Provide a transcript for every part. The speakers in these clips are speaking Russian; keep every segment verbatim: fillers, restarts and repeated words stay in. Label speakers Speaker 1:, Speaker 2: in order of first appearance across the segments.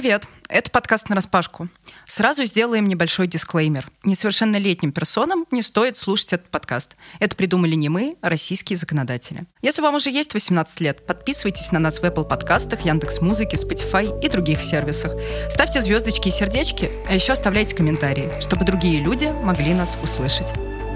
Speaker 1: Привет! Это подкаст «Нараспашку». Сразу сделаем небольшой дисклеймер. Несовершеннолетним персонам не стоит слушать этот подкаст. Это придумали не мы, а российские законодатели. Если вам уже есть восемнадцать лет, подписывайтесь на нас в Apple подкастах, Яндекс.Музыке, Spotify и других сервисах. Ставьте звездочки и сердечки, а еще оставляйте комментарии, чтобы другие люди могли нас услышать.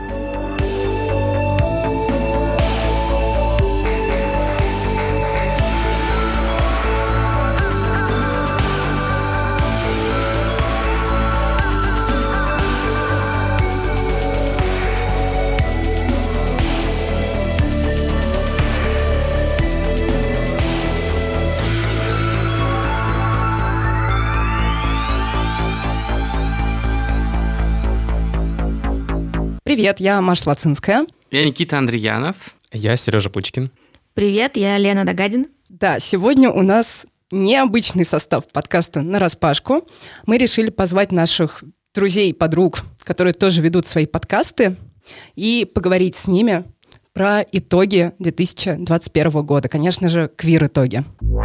Speaker 1: Привет, я Маша Лацинская.
Speaker 2: Я Никита Андреянов.
Speaker 3: Я Сережа Пучкин.
Speaker 4: Привет, я Лена Догадин.
Speaker 1: Да, сегодня у нас необычный состав подкаста «Нараспашку». Мы решили позвать наших друзей, подруг, которые тоже ведут свои подкасты, и поговорить с ними про итоги две тысячи двадцать первого года. Конечно же, квир-итоги.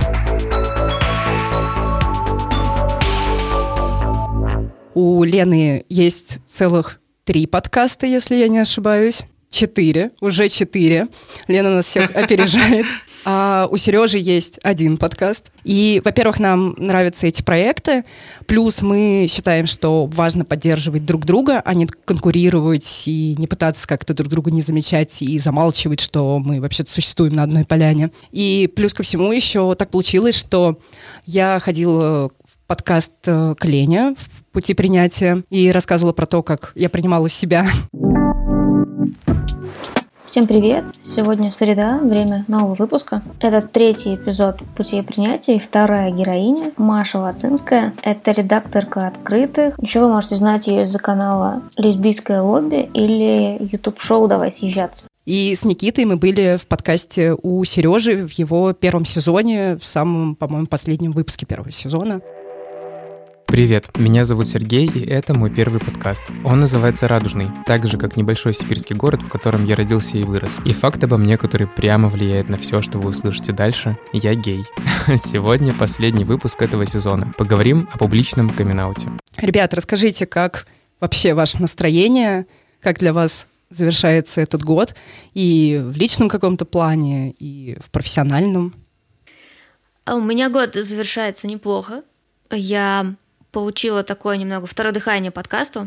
Speaker 1: У Лены есть целых три подкаста, если я не ошибаюсь. Четыре. Уже четыре. Лена нас всех опережает. А у Сережи есть один подкаст. И, во-первых, нам нравятся эти проекты. Плюс мы считаем, что важно поддерживать друг друга, а не конкурировать и не пытаться как-то друг друга не замечать и замалчивать, что мы вообще-то существуем на одной поляне. И плюс ко всему еще так получилось, что я ходила подкаст к Лене в «Пути принятия» и рассказывала про то, как я принимала себя.
Speaker 4: Всем привет! Сегодня среда, время нового выпуска. Это третий эпизод «Путей принятия» и вторая героиня Маша Лацинская. Это редакторка «Открытых». Еще вы можете знать ее из-за канала «Лесбийское лобби» или YouTube-шоу «Давай съезжаться».
Speaker 1: И с Никитой мы были в подкасте у Сережи в его первом сезоне, в самом, по-моему, последнем выпуске первого сезона.
Speaker 3: Привет, меня зовут Сергей, и это мой первый подкаст. Он называется «Радужный», так же, как небольшой сибирский город, в котором я родился и вырос. И факт обо мне, который прямо влияет на все, что вы услышите дальше — я гей. Сегодня последний выпуск этого сезона. Поговорим о публичном камин-ауте.
Speaker 1: Ребят, расскажите, как вообще ваше настроение, как для вас завершается этот год, и в личном каком-то плане, и в профессиональном?
Speaker 4: А у меня год завершается неплохо. Я получила такое немного второе дыхание подкасту.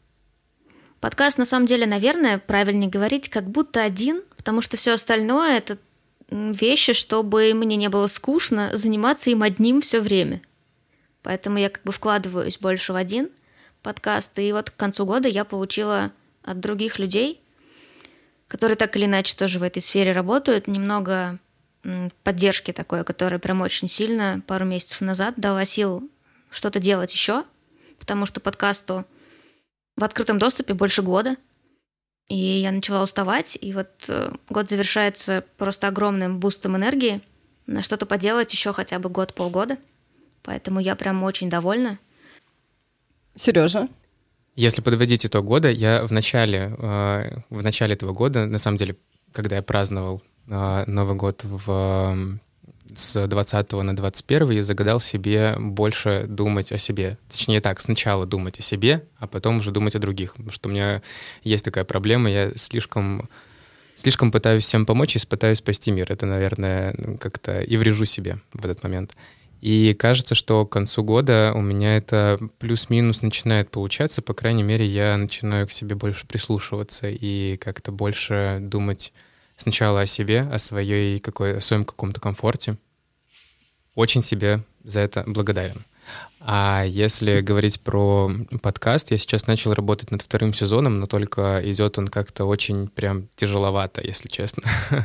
Speaker 4: Подкаст, на самом деле, наверное, правильнее говорить, как будто один, потому что все остальное — это вещи, чтобы мне не было скучно заниматься им одним все время. Поэтому я как бы вкладываюсь больше в один подкаст, и вот к концу года я получила от других людей, которые так или иначе тоже в этой сфере работают, немного поддержки такой, которая прям очень сильно пару месяцев назад дала сил что-то делать еще, потому что подкасту в открытом доступе больше года, и я начала уставать, и вот год завершается просто огромным бустом энергии на что-то поделать еще хотя бы год-полгода, поэтому я прям очень довольна.
Speaker 1: Сережа?
Speaker 3: Если подводить итог года, я в начале, э, в начале этого года, на самом деле, когда я праздновал э, Новый год в... с двадцатого на двадцать первый я загадал себе больше думать о себе. Точнее так, сначала думать о себе, а потом уже думать о других. Потому что у меня есть такая проблема, я слишком, слишком пытаюсь всем помочь и пытаюсь спасти мир. Это, наверное, как-то и врежу себе в этот момент. И кажется, что к концу года у меня это плюс-минус начинает получаться. По крайней мере, я начинаю к себе больше прислушиваться и как-то больше думать сначала о себе, о, своей, какой, о своем каком-то комфорте. Очень себе за это благодарен. А если говорить про подкаст, я сейчас начал работать над вторым сезоном, но только идет он как-то очень прям тяжеловато, если честно.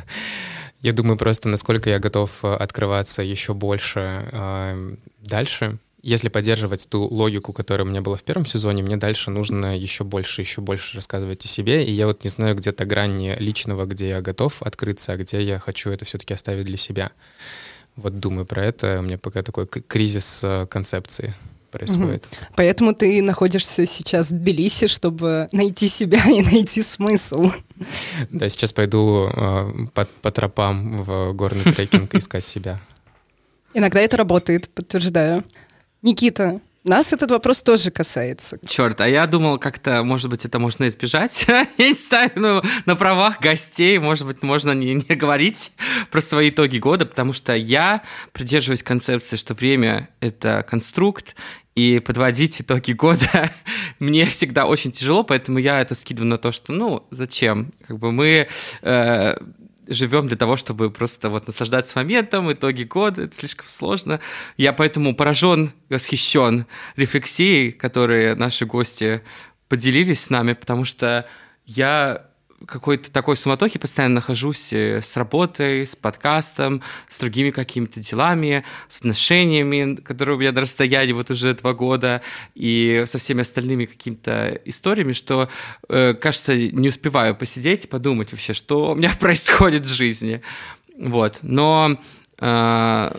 Speaker 3: Я думаю просто, насколько я готов открываться еще больше э, дальше. Если поддерживать ту логику, которая у меня была в первом сезоне, мне дальше нужно еще больше, еще больше рассказывать о себе. И я вот не знаю, где-то грань личного, где я готов открыться, а где я хочу это все-таки оставить для себя. Вот думаю про это. У меня пока такой кризис концепции происходит.
Speaker 1: Угу. Поэтому ты находишься сейчас в Тбилиси, чтобы найти себя и найти смысл.
Speaker 3: Да, сейчас пойду э, по, по тропам в горный трекинг искать себя.
Speaker 1: Иногда это работает, подтверждаю. Никита, нас этот вопрос тоже касается.
Speaker 2: Черт, а я думал, как-то, может быть, это можно избежать. Я не знаю, ну, на правах гостей, может быть, можно не, не говорить про свои итоги года, потому что я придерживаюсь концепции, что время — это конструкт, и подводить итоги года мне всегда очень тяжело, поэтому я это скидываю на то, что, ну, зачем? Как бы мы... Э, живем для того, чтобы просто вот наслаждаться моментом, итоги года, это слишком сложно. Я поэтому поражен, восхищен рефлексией, которые наши гости поделились с нами, потому что я в какой-то такой суматохе постоянно нахожусь с работой, с подкастом, с другими какими-то делами, с отношениями, которые у меня на расстоянии вот уже два года, и со всеми остальными какими-то историями, что, э, кажется, не успеваю посидеть и подумать вообще, что у меня происходит в жизни. Вот. Но э,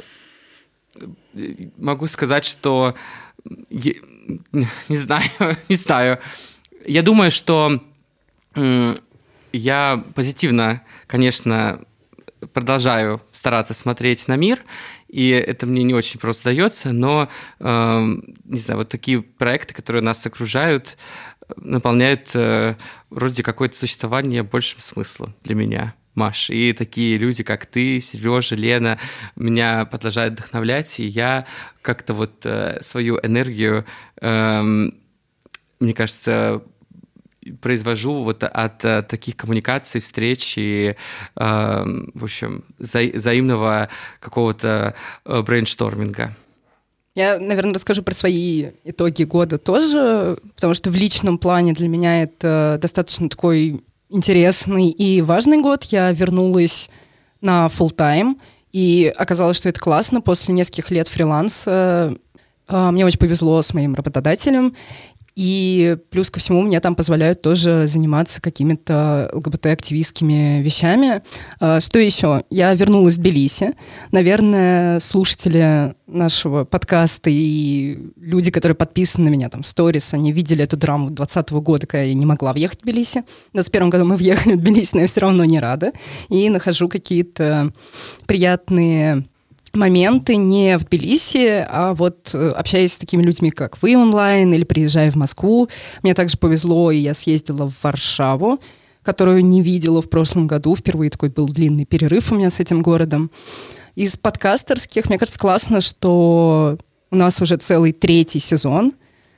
Speaker 2: могу сказать, что я, не знаю, не знаю. Я думаю, что э, я позитивно, конечно, продолжаю стараться смотреть на мир, и это мне не очень просто дается, но, э, не знаю, вот такие проекты, которые нас окружают, наполняют э, вроде какое-то существование большим смыслом для меня, Маш. И такие люди, как ты, Сережа, Лена, меня продолжают вдохновлять, и я как-то вот э, свою энергию, э, мне кажется, произвожу вот от, от таких коммуникаций, встреч и, э, в общем, вза- взаимного какого-то э, брейншторминга.
Speaker 1: Я, наверное, расскажу про свои итоги года тоже, потому что в личном плане для меня это достаточно такой интересный и важный год. Я вернулась на фулл-тайм, и оказалось, что это классно. После нескольких лет фриланса э, мне очень повезло с моим работодателем. И плюс ко всему мне там позволяют тоже заниматься какими-то ЛГБТ-активистскими вещами. Что еще? Я вернулась в Тбилиси. Наверное, слушатели нашего подкаста и люди, которые подписаны на меня, там, сторис, они видели эту драму двадцатого года, когда я не могла въехать в Тбилиси. В двадцать первом году мы въехали в Тбилиси, но я все равно не рада. И нахожу какие-то приятные моменты не в Тбилиси, а вот общаясь с такими людьми, как вы онлайн, или приезжая в Москву. Мне также повезло, и я съездила в Варшаву, которую не видела в прошлом году. Впервые такой был длинный перерыв у меня с этим городом. Из подкастерских, мне кажется, классно, что у нас уже целый третий сезон,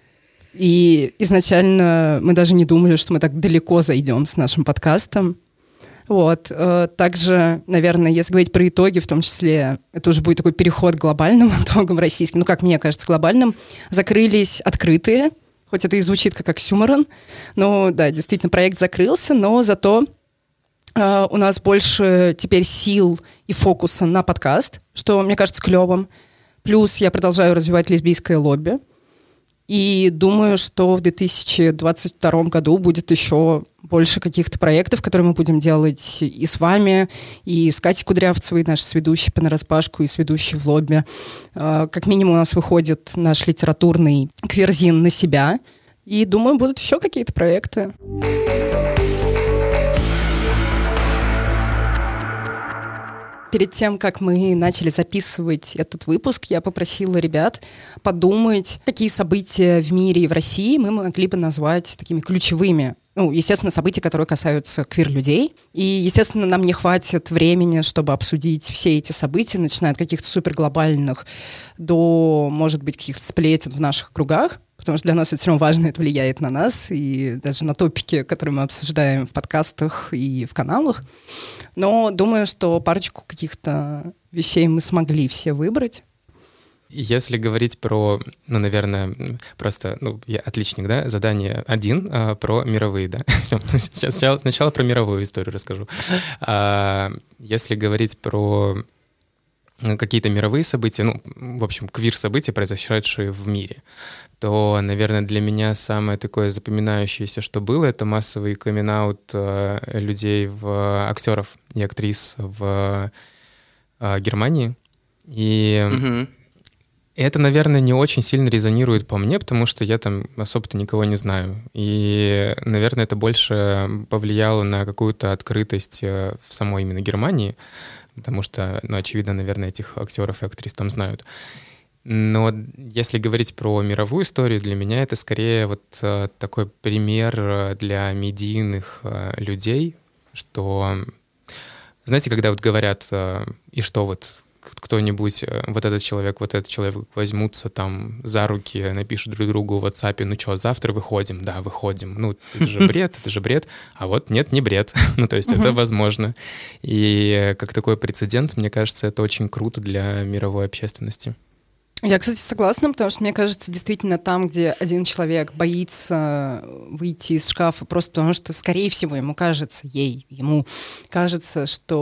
Speaker 1: и изначально мы даже не думали, что мы так далеко зайдем с нашим подкастом. Вот. Также, наверное, если говорить про итоги, в том числе, это уже будет такой переход к глобальным итогам российским, ну, как мне кажется, глобальным, закрылись открытые, хоть это и звучит как оксюморон, но, да, действительно, проект закрылся, но зато э, у нас больше теперь сил и фокуса на подкаст, что, мне кажется, клевым. Плюс я продолжаю развивать лесбийское лобби, и думаю, что в две тысячи двадцать втором году будет еще больше каких-то проектов, которые мы будем делать и с вами, и с Катей Кудрявцевой, нашей сведущей по нараспашку, и сведущей в лобби. Как минимум у нас выходит наш литературный кверзин «На себя». И думаю, будут еще какие-то проекты. Перед тем, как мы начали записывать этот выпуск, я попросила ребят подумать, какие события в мире и в России мы могли бы назвать такими ключевыми. Ну, естественно, события, которые касаются квир-людей. И, естественно, нам не хватит времени, чтобы обсудить все эти события, начиная от каких-то суперглобальных до, может быть, каких-то сплетен в наших кругах. Потому что для нас это все равно важно, это влияет на нас, и даже на топики, которые мы обсуждаем в подкастах и в каналах. Но думаю, что парочку каких-то вещей мы смогли все выбрать.
Speaker 3: Если говорить про, ну, наверное, просто, ну, я отличник, да, задание один а, про мировые, да. Сейчас сначала, сначала про мировую историю расскажу. А, если говорить про какие-то мировые события, ну, в общем, квир-события, произошедшие в мире, то, наверное, для меня самое такое запоминающееся, что было, это массовый камин-аут э, людей, в, актеров и актрис в э, Германии. И mm-hmm. это, наверное, не очень сильно резонирует по мне, потому что я там особо-то никого не знаю. И, наверное, это больше повлияло на какую-то открытость в самой именно Германии, потому что, ну, очевидно, наверное, этих актеров и актрис там знают. Но если говорить про мировую историю, для меня это скорее вот э, такой пример для медийных э, людей, что, знаете, когда вот говорят, э, и что вот кто-нибудь, э, вот этот человек, вот этот человек возьмутся там за руки, напишут друг другу в WhatsApp, ну что, завтра выходим? Да, выходим. Ну, это же бред, это же бред. А вот нет, не бред. Ну, то есть это возможно. И как такой прецедент, мне кажется, это очень круто для мировой общественности.
Speaker 1: Я, кстати, согласна, потому что, мне кажется, действительно там, где один человек боится выйти из шкафа просто потому, что, скорее всего, ему кажется, ей, ему кажется,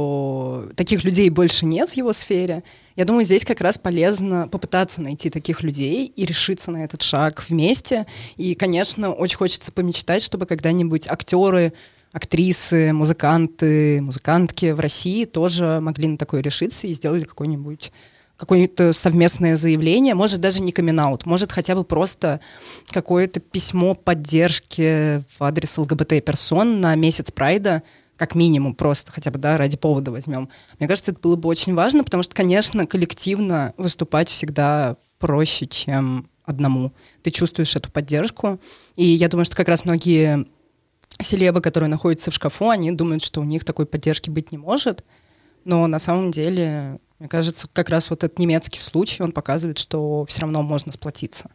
Speaker 1: что таких людей больше нет в его сфере, я думаю, здесь как раз полезно попытаться найти таких людей и решиться на этот шаг вместе. И, конечно, очень хочется помечтать, чтобы когда-нибудь актеры, актрисы, музыканты, музыкантки в России тоже могли на такое решиться и сделали какой-нибудь какое-то совместное заявление, может, даже не камин-аут, может, хотя бы просто какое-то письмо поддержки в адрес ЛГБТ-персон на месяц Прайда, как минимум, просто хотя бы, да, ради повода возьмем. Мне кажется, это было бы очень важно, потому что, конечно, коллективно выступать всегда проще, чем одному. Ты чувствуешь эту поддержку, и я думаю, что как раз многие селебы, которые находятся в шкафу, они думают, что у них такой поддержки быть не может, но на самом деле... Мне кажется, как раз вот этот немецкий случай, он показывает, что все равно можно сплотиться.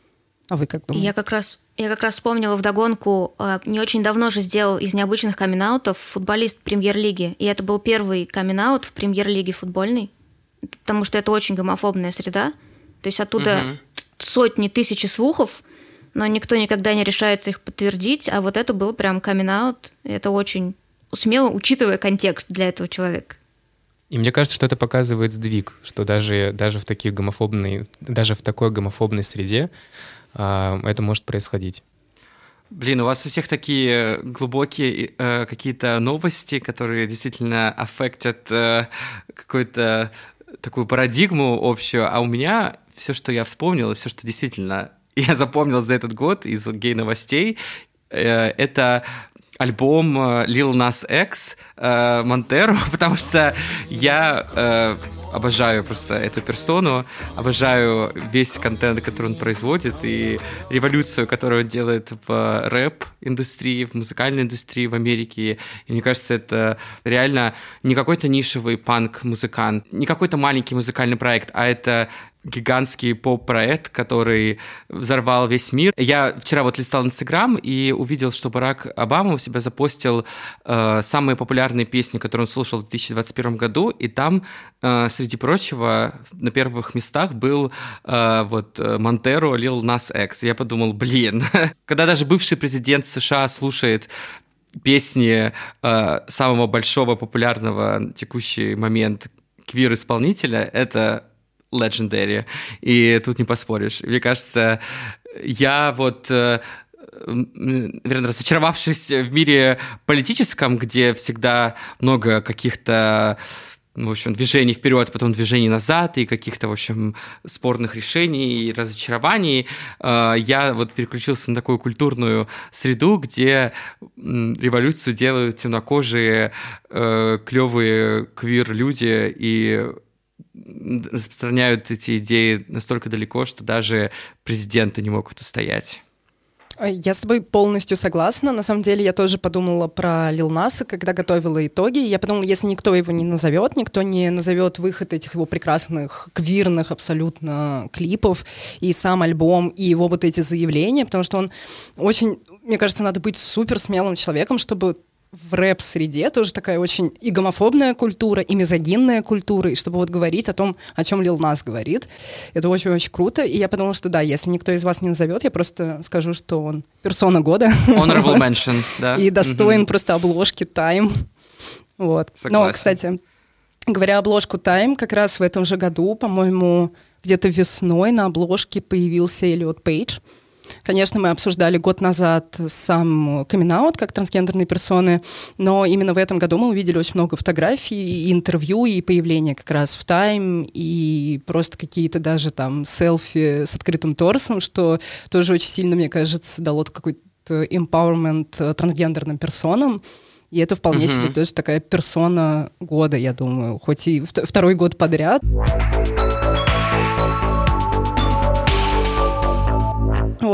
Speaker 1: А вы как думаете?
Speaker 4: Я как раз, я как раз вспомнила вдогонку, не очень давно же сделал из необычных камин-аутов футболист премьер-лиги. И это был первый камин-аут в премьер-лиге футбольной, потому что это очень гомофобная среда. То есть оттуда угу. сотни, тысячи слухов, но никто никогда не решается их подтвердить. А вот это был прям камин-аут. Это очень смело, учитывая контекст для этого человека.
Speaker 3: И мне кажется, что это показывает сдвиг, что даже, даже, в, таких гомофобной, даже в такой гомофобной среде э, это может происходить.
Speaker 2: Блин, у вас у всех такие глубокие э, какие-то новости, которые действительно аффектят э, какую-то такую парадигму общую, а у меня все, что я вспомнил, все, что действительно я запомнил за этот год из гей-новостей, э, это... альбом Lil Nas X э, Монтеро, потому что я э, обожаю просто эту персону, обожаю весь контент, который он производит, и революцию, которую он делает в рэп-индустрии, в музыкальной индустрии в Америке. И мне кажется, это реально не какой-то нишевый панк-музыкант, не какой-то маленький музыкальный проект, а это гигантский поп-проект, который взорвал весь мир. Я вчера вот листал Инстаграм и увидел, что Барак Обама у себя запостил э, самые популярные песни, которые он слушал в две тысячи двадцать первом году, и там, э, среди прочего, на первых местах был э, вот Монтеро, Lil Nas X. Я подумал, блин, когда даже бывший президент США слушает песни э, самого большого популярного на текущий момент квир-исполнителя, это legendary, и тут не поспоришь. Мне кажется, я вот, наверное, разочаровавшись в мире политическом, где всегда много каких-то, в общем, движений вперед, потом движений назад, и каких-то, в общем, спорных решений и разочарований, я вот переключился на такую культурную среду, где революцию делают темнокожие, клевые квир-люди, и распространяют эти идеи настолько далеко, что даже президенты не могут устоять.
Speaker 1: Я с тобой полностью согласна. На самом деле я тоже подумала про Лил Наса, когда готовила итоги. Я подумала, если никто его не назовет, никто не назовет выход этих его прекрасных, квирных абсолютно клипов, и сам альбом, и его вот эти заявления, потому что он очень, мне кажется, надо быть супер смелым человеком, чтобы в рэп-среде тоже такая очень и гомофобная культура, и мизогинная культура, и чтобы вот говорить о том, о чем Лил Нас говорит. Это очень-очень круто. И я подумала, что да, если никто из вас не назовет, я просто скажу, что он персона года.
Speaker 2: Honorable mention, да.
Speaker 1: И достоин mm-hmm. просто обложки Time. Вот. Но, кстати, говоря обложку Time, как раз в этом же году, по-моему, где-то весной на обложке появился Эллиот Пейдж. Конечно, мы обсуждали год назад сам камин-аут как трансгендерные персоны, но именно в этом году мы увидели очень много фотографий, и интервью, и появления как раз в Time, и просто какие-то даже там селфи с открытым торсом, что тоже очень сильно, мне кажется, дало какой-то empowerment трансгендерным персонам. И это вполне uh-huh. себе тоже такая персона года, я думаю, хоть и второй год подряд.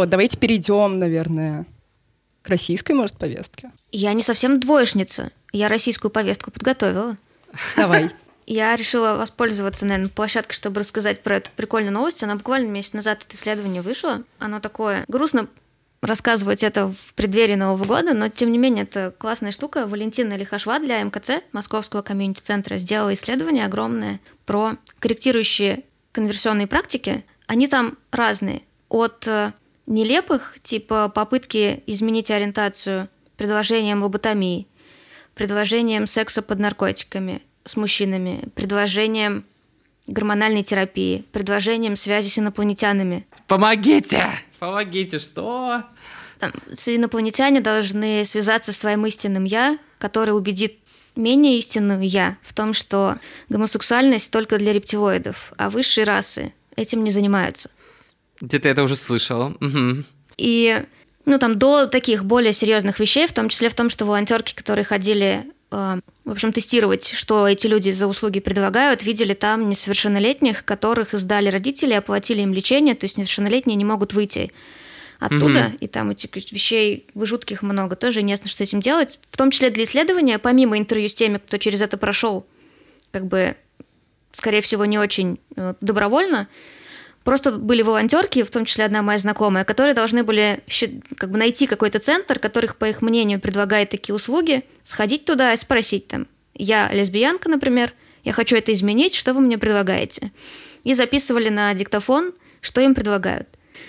Speaker 1: Вот, давайте перейдем, наверное, к российской, может, повестке.
Speaker 4: Я не совсем двоечница. Я российскую повестку подготовила.
Speaker 1: Давай.
Speaker 4: Я решила воспользоваться, наверное, площадкой, чтобы рассказать про эту прикольную новость. Она буквально месяц назад это исследование вышло. Оно такое грустно рассказывать это в преддверии Нового года, но, тем не менее, это классная штука. Валентина Лихашва для эм ка цэ, Московского комьюнити-центра, сделала исследование огромное про корректирующие конверсионные практики. Они там разные. От нелепых, типа попытки изменить ориентацию предложением лоботомии, предложением секса под наркотиками с мужчинами, предложением гормональной терапии, предложением связи с инопланетянами.
Speaker 2: Помогите! Помогите, что?
Speaker 4: Там, инопланетяне должны связаться с твоим истинным «я», который убедит менее истинную «я» в том, что гомосексуальность только для рептилоидов, а высшие расы этим не занимаются.
Speaker 2: Где-то это уже слышала. Угу.
Speaker 4: И ну, там, до таких более серьезных вещей, в том числе в том, что волонтерки, которые ходили, э, в общем, тестировать, что эти люди за услуги предлагают, видели там несовершеннолетних, которых издали родители, оплатили им лечение, то есть несовершеннолетние не могут выйти оттуда, mm-hmm. и там этих вещей жутких много, тоже неясно, что с этим делать. В том числе для исследования, помимо интервью с теми, кто через это прошел, как бы, скорее всего, не очень добровольно, просто были волонтерки, в том числе одна моя знакомая, которые должны были как бы найти какой-то центр, который, по их мнению, предлагает такие услуги, сходить туда и спросить там, я лесбиянка, например, я хочу это изменить, что вы мне предлагаете? И записывали на диктофон, что им предлагают.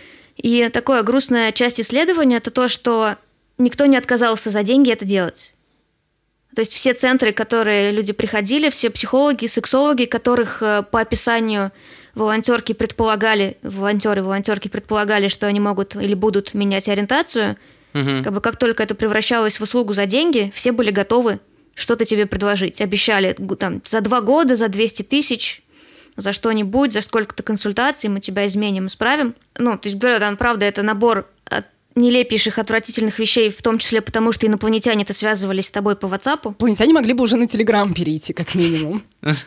Speaker 4: И такая грустная часть исследования – это то, что никто не отказался за деньги это делать. То есть все центры, в которые люди приходили, все психологи, сексологи, которых по описанию волонтерки предполагали, волонтеры, волонтерки предполагали, что они могут или будут менять ориентацию, угу. как бы как только это превращалось в услугу за деньги, все были готовы что-то тебе предложить. Обещали там, за два года, за двести тысяч, за что-нибудь, за сколько-то консультаций мы тебя изменим, исправим. Ну, то есть, говорю, там, правда, это набор нелепейших, отвратительных вещей, в том числе потому, что инопланетяне-то связывались с тобой по WhatsApp.
Speaker 1: Инопланетяне могли бы уже на Телеграм перейти, как минимум.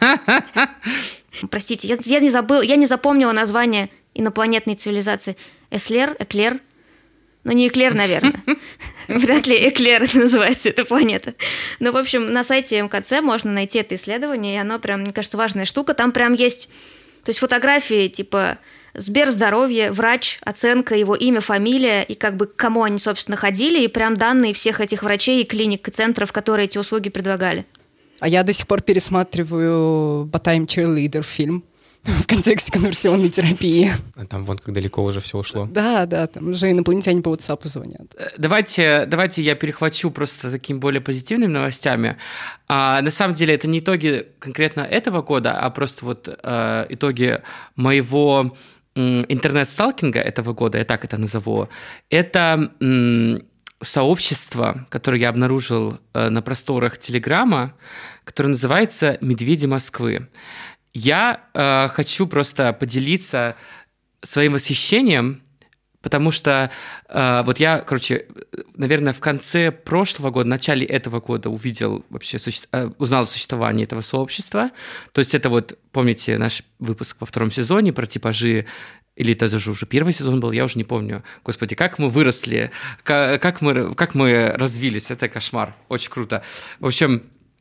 Speaker 4: Простите, я, я не забыл, я не запомнила название инопланетной цивилизации. Эслер, Эклер? Ну, не Эклер, наверное. Вряд ли Эклер это называется, эта планета. Ну, в общем, на сайте эм ка цэ можно найти это исследование, и оно прям, мне кажется, важная штука. Там прям есть, то есть фотографии, типа Сберздоровье, врач, оценка, его имя, фамилия, и как бы к кому они, собственно, ходили, и прям данные всех этих врачей и клиник, и центров, которые эти услуги предлагали.
Speaker 1: А я до сих пор пересматриваю «Ботайм Cheerleader» фильм в контексте конверсионной терапии.
Speaker 3: А там вон как далеко уже все ушло.
Speaker 1: Да, да, там уже инопланетяне по WhatsApp звонят.
Speaker 2: Давайте, давайте я перехвачу просто такими более позитивными новостями. А, на самом деле это не итоги конкретно этого года, а просто вот а, итоги моего м, интернет-сталкинга этого года, я так это назову. Это м, сообщество, которое я обнаружил а, на просторах Телеграма, которое называется «Медведи Москвы». Я э, хочу просто поделиться своим восхищением, потому что э, вот я, короче, наверное, в конце прошлого года, в начале этого года увидел вообще, суще... э, узнал о существовании этого сообщества. То есть это вот, помните, наш выпуск во втором сезоне про типажи, или это даже уже первый сезон был, я уже не помню. Господи, как мы выросли, как, как, мы, как мы развились, это кошмар, очень круто. В общем...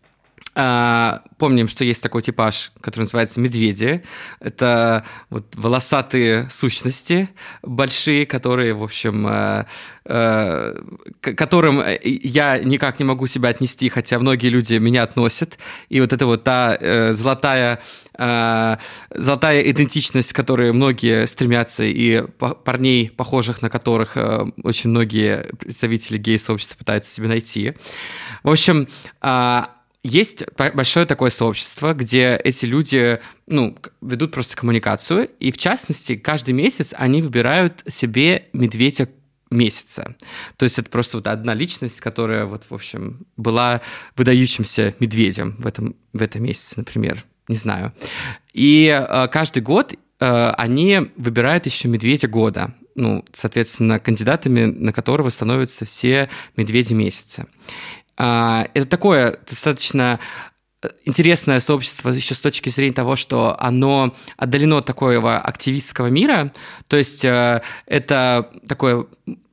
Speaker 2: Uh, помним, что есть такой типаж, который называется медведи. Это вот волосатые сущности большие, которые, в общем, uh, uh, к которым я никак не могу себя отнести, хотя многие люди меня относят. И вот это вот та uh, золотая, uh, золотая идентичность, к которой многие стремятся, и парней, похожих на которых uh, очень многие представители гей-сообщества пытаются себе найти. В общем, uh, есть большое такое сообщество, где эти люди, ну, ведут просто коммуникацию, и, в частности, каждый месяц они выбирают себе медведя месяца. То есть это просто вот одна личность, которая, вот, в общем, была выдающимся медведем в этом, в этом месяце, например. Не знаю. И э, каждый год э, они выбирают еще медведя года. Ну, соответственно, кандидатами на которого становятся все медведи месяца. Это такое достаточно интересное сообщество еще с точки зрения того, что оно отдалено от такого активистского мира, то есть э, это такое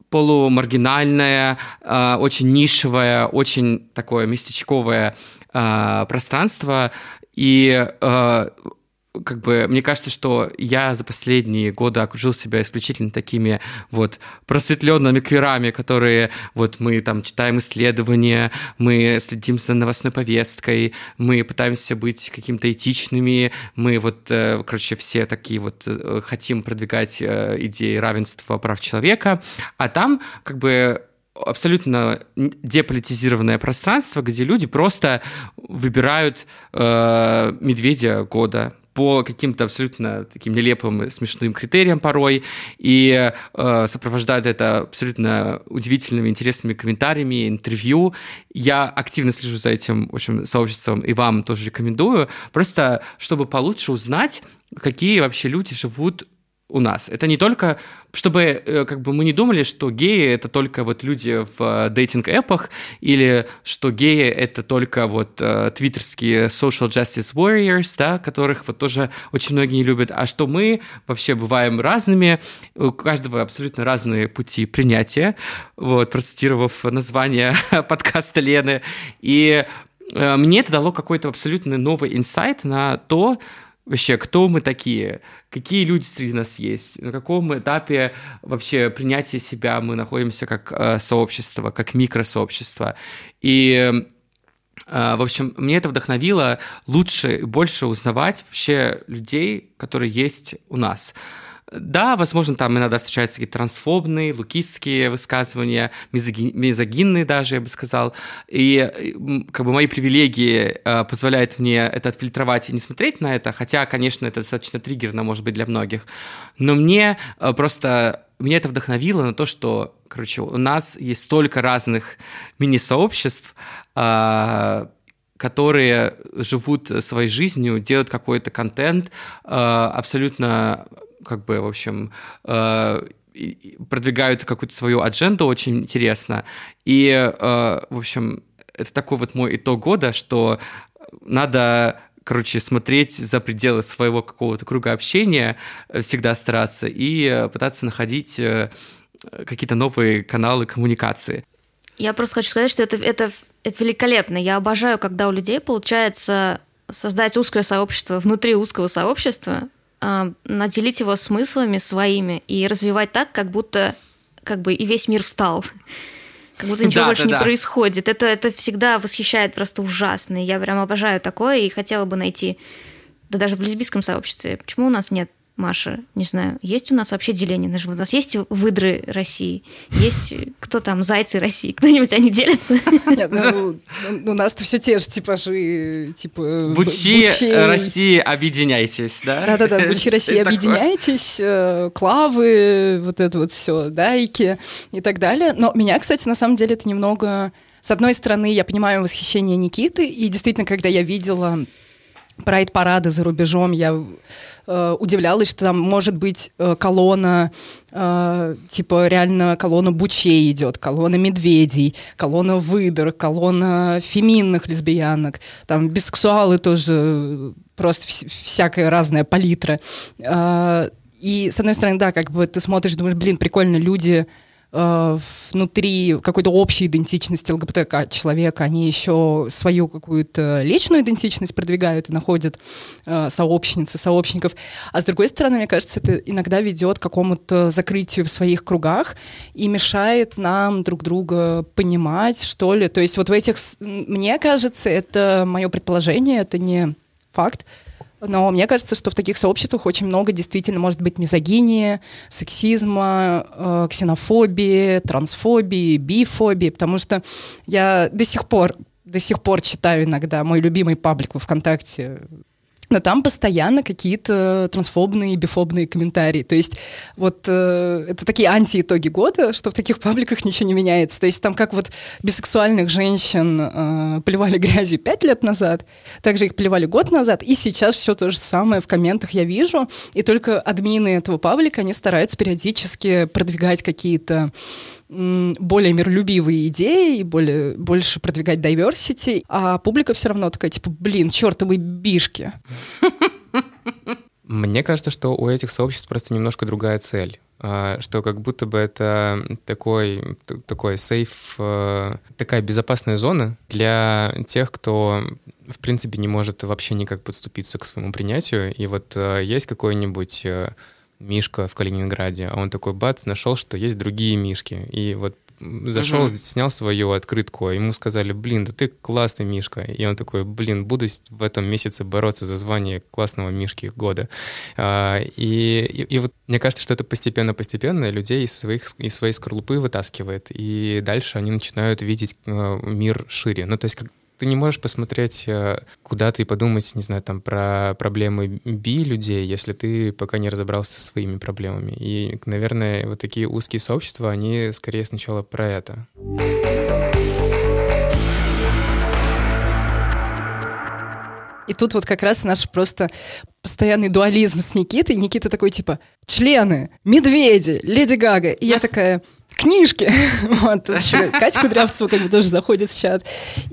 Speaker 2: полумаргинальное, э, очень нишевое, очень такое местечковое э, пространство, и э, как бы мне кажется, что я за последние годы окружил себя исключительно такими вот просветленными квирами, которые вот мы там читаем исследования, мы следим за новостной повесткой, мы пытаемся быть какими-то этичными, мы вот, короче, все такие вот хотим продвигать идеи равенства прав человека, а там как бы абсолютно деполитизированное пространство, где люди просто выбирают э, медведя года по каким-то абсолютно таким нелепым, смешным критериям порой, и э, сопровождают это абсолютно удивительными, интересными комментариями, интервью. Я активно слежу за этим, в общем, сообществом, и вам тоже рекомендую, просто чтобы получше узнать, какие вообще люди живут у нас. Это не только, чтобы как бы мы не думали, что геи — это только вот люди в дейтинг-эпах, или что геи — это только вот твиттерские social justice warriors, да, которых вот тоже очень многие не любят, а что мы вообще бываем разными, у каждого абсолютно разные пути принятия, вот, процитировав название подкаста Лены. И мне это дало какой-то абсолютно новый инсайт на то, вообще, кто мы такие, какие люди среди нас есть, на каком этапе вообще принятия себя мы находимся как э, сообщество, как микросообщество. И, э, в общем, мне это вдохновило лучше и больше узнавать вообще людей, которые есть у нас. Да, возможно, там иногда встречаются какие-то трансфобные, лукистские высказывания, мизоги... мизогинные даже, я бы сказал. И как бы мои привилегии э, позволяют мне это отфильтровать и не смотреть на это, хотя, конечно, это достаточно триггерно, может быть, для многих. Но мне э, просто... Меня это вдохновило на то, что, короче, у нас есть столько разных мини-сообществ, э, которые живут своей жизнью, делают какой-то контент э, абсолютно... как бы, в общем, продвигают какую-то свою адженду очень интересно. И, в общем, это такой вот мой итог года, что надо, короче, смотреть за пределы своего какого-то круга общения, всегда стараться, и пытаться находить какие-то новые каналы коммуникации. Я просто хочу сказать, что это, это, это великолепно. Я обожаю, когда у людей получается создать узкое сообщество внутри узкого сообщества, наделить его смыслами своими и развивать так, как будто как бы и весь мир встал. Как будто ничего да, больше да, не да. происходит. Это, это всегда восхищает просто ужасно. Я прям обожаю такое и хотела бы найти, да даже в лесбийском сообществе. Почему у нас нет, Маша, не знаю, есть у нас вообще деление на живот? У нас есть выдры России? Есть кто там, зайцы России? Кто-нибудь они делятся?
Speaker 1: Нет, ну, у нас-то все те же типажи, типа...
Speaker 2: Бучи России, объединяйтесь, да?
Speaker 1: Да-да-да, Бучи России, объединяйтесь, клавы, вот это вот все, дайки и так далее. Но меня, кстати, на самом деле это немного... С одной стороны, я понимаю восхищение Никиты, и действительно, когда я видела... прайд-парады за рубежом, я э, удивлялась, что там может быть э, колонна, э, типа реально колонна бучей идет, колонна медведей, колонна выдр, колонна феминных лесбиянок, там бисексуалы тоже, просто вс- всякая разная палитра. Э, и, с одной стороны, да, как бы ты смотришь, думаешь, блин, прикольно, люди... внутри какой-то общей идентичности ЛГБТК человека, они еще свою какую-то личную идентичность продвигают и находят э, сообщниц и сообщников. А с другой стороны, мне кажется, это иногда ведет к какому-то закрытию в своих кругах и мешает нам друг друга понимать, что ли. То есть вот в этих... Мне кажется, это мое предположение, это не факт, но мне кажется, что в таких сообществах очень много действительно может быть мизогинии, сексизма, э, ксенофобии, трансфобии, бифобии, потому что я до сих пор, до сих пор читаю иногда мой любимый паблик во ВКонтакте, но там постоянно какие-то трансфобные, бифобные комментарии. То есть вот э, это такие антиитоги года, что в таких пабликах ничего не меняется. То есть там как вот бисексуальных женщин э, поливали грязью пять лет назад, также их поливали год назад, и сейчас все то же самое в комментах я вижу. И только админы этого паблика, они стараются периодически продвигать какие-то м, более миролюбивые идеи и более, больше продвигать diversity, а публика все равно такая, типа, блин, чертовы бишки.
Speaker 3: Мне кажется, что у этих сообществ просто немножко другая цель. Что как будто бы это такой, такой сейф, такая безопасная зона для тех, кто, в принципе, не может вообще никак подступиться к своему принятию. И вот есть какой-нибудь Мишка в Калининграде, а он такой, бац, нашел, что есть другие Мишки. И вот зашел, uh-huh. снял свою открытку, а ему сказали, блин, да ты классный Мишка. И он такой, блин, буду в этом месяце бороться за звание классного Мишки года. И, и, и вот мне кажется, что это постепенно-постепенно людей из, своих, из своей скорлупы вытаскивает, и дальше они начинают видеть мир шире. Ну, то есть, как ты не можешь посмотреть куда-то и подумать, не знаю, там, про проблемы би-людей, если ты пока не разобрался со своими проблемами. И, наверное, вот такие узкие сообщества, они скорее сначала про это.
Speaker 1: И тут вот как раз наш просто постоянный дуализм с Никитой. Никита такой, типа, члены, медведи, Леди Гага. И я такая... Книжки. Вот, тут еще Катя Кудрявцева как бы тоже заходит в чат.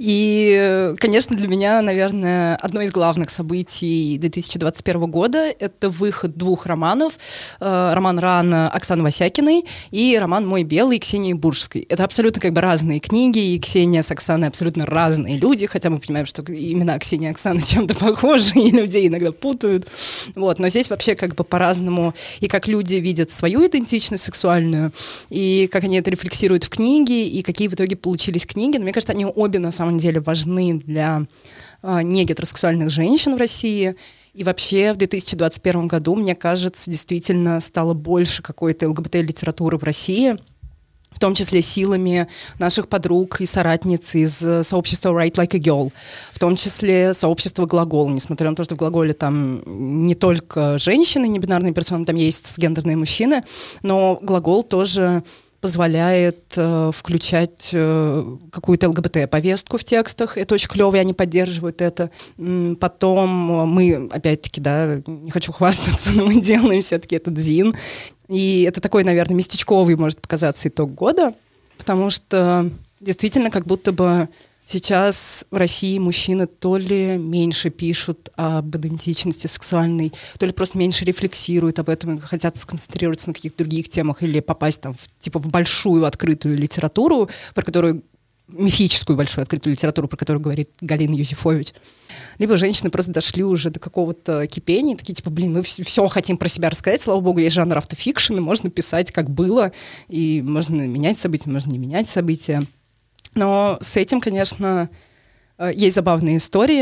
Speaker 1: И, конечно, для меня, наверное, одно из главных событий две тысячи двадцать первого года — это выход двух романов. Роман «Рано» Оксаны Васякиной и роман «Мой белый» Ксении Буржской. Это абсолютно как бы разные книги, и Ксения с Оксаной абсолютно разные люди, хотя мы понимаем, что имена Ксении и Оксаны чем-то похожи, и людей иногда путают. Вот, но здесь вообще как бы по-разному, и как люди видят свою идентичность сексуальную, и как они это рефлексируют в книге, и какие в итоге получились книги. Но мне кажется, они обе на самом деле важны для э, негетеросексуальных женщин в России. И вообще в две тысячи двадцать первом году, мне кажется, действительно стало больше какой-то ЛГБТ-литературы в России, в том числе силами наших подруг и соратниц из сообщества Write Like a Girl, в том числе сообщества «Глагол», несмотря на то, что в «Глаголе» там не только женщины, не бинарные персоны, там есть цисгендерные мужчины, но «Глагол» тоже позволяет э, включать э, какую-то ЛГБТ-повестку в текстах. Это очень клево, и они поддерживают это. Потом мы, опять-таки, да, не хочу хвастаться, но мы делаем все-таки этот зин. И это такой, наверное, местечковый, может показаться, итог года, потому что действительно как будто бы сейчас в России мужчины то ли меньше пишут об идентичности сексуальной, то ли просто меньше рефлексируют об этом и хотят сконцентрироваться на каких-то других темах или попасть там в, типа в большую открытую литературу, про которую мифическую большую открытую литературу, про которую говорит Галина Юзефович. Либо женщины просто дошли уже до какого-то кипения, такие типа, блин, мы все, все хотим про себя рассказать, слава богу, есть жанр автофикшн, и можно писать как было, и можно менять события, можно не менять события. Но с этим, конечно, есть забавные истории.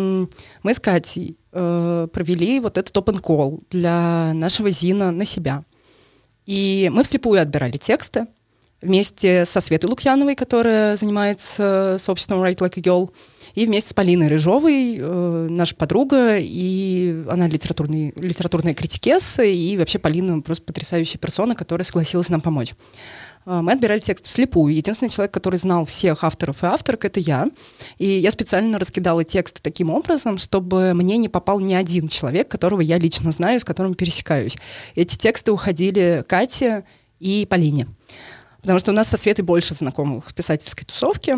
Speaker 1: Мы с Катей провели вот этот open call для нашего зина на себя. И мы вслепую отбирали тексты вместе со Светой Лукьяновой, которая занимается сообществом Write Like a Girl, и вместе с Полиной Рыжовой, наша подруга, и она литературный, литературная критикесса, и вообще Полина просто потрясающая персона, которая согласилась нам помочь. Мы отбирали текст вслепую. Единственный человек, который знал всех авторов и авторок, это я. И я специально раскидала тексты таким образом, чтобы мне не попал ни один человек, которого я лично знаю, с которым пересекаюсь. Эти тексты уходили Кате и Полине. Потому что у нас со Светой больше знакомых в писательской тусовке.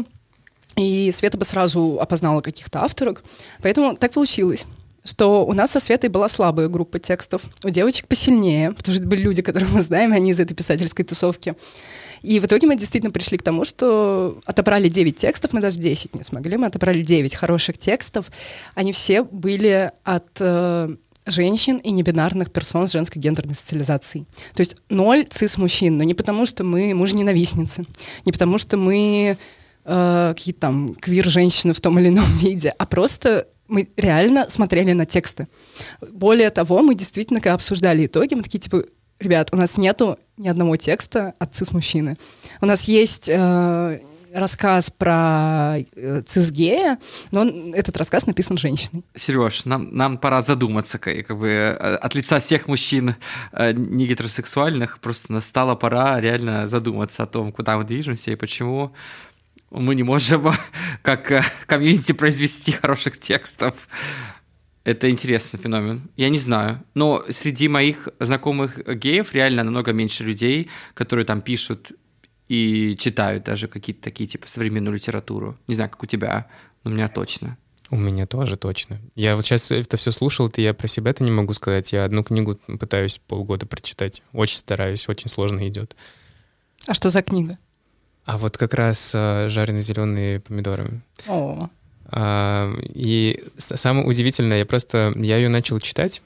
Speaker 1: И Света бы сразу опознала каких-то авторок. Поэтому так получилось, что у нас со Светой была слабая группа текстов, у девочек посильнее, потому что это были люди, которых мы знаем, они из этой писательской тусовки. И в итоге мы действительно пришли к тому, что отобрали девять текстов, мы даже десять не смогли, мы отобрали девять хороших текстов. Они все были от э, женщин и небинарных персон с женской гендерной социализацией. То есть ноль цис-мужчин, но не потому, что мы мужи-ненавистницы, не потому, что мы э, какие-то там квир-женщины в том или ином виде, а просто мы реально смотрели на тексты. Более того, мы действительно, когда обсуждали итоги, мы такие, типа, ребят, у нас нету ни одного текста от цис-мужчины. У нас есть э, рассказ про э, цис-гея, но он, этот рассказ написан женщиной.
Speaker 2: Сереж, нам, нам пора задуматься, как, как бы от лица всех мужчин э, не гетеросексуальных, просто настала пора реально задуматься о том, куда мы движемся и почему мы не можем как комьюнити произвести хороших текстов. Это интересный феномен. Я не знаю. Но среди моих знакомых геев реально намного меньше людей, которые там пишут и читают даже какие-то такие, типа, современную литературу. Не знаю, как у тебя, но у меня точно.
Speaker 3: У меня тоже точно. Я вот сейчас это все слушал, и я про себя-то не могу сказать. Я одну книгу пытаюсь полгода прочитать. Очень стараюсь, очень сложно идет.
Speaker 1: А что за книга?
Speaker 3: А вот как раз а, «Жареные зеленые помидоры».
Speaker 1: О.
Speaker 3: А, и самое удивительное, я просто, я ее начал читать,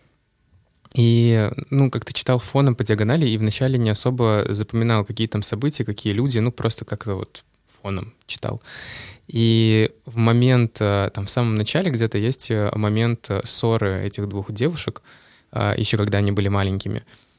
Speaker 3: и, ну, как-то читал фоном по диагонали, и вначале не особо запоминал, какие там события, какие люди, ну, просто как-то вот фоном читал. И в момент, там, в самом начале где-то есть момент ссоры этих двух девушек, еще когда они были маленькими.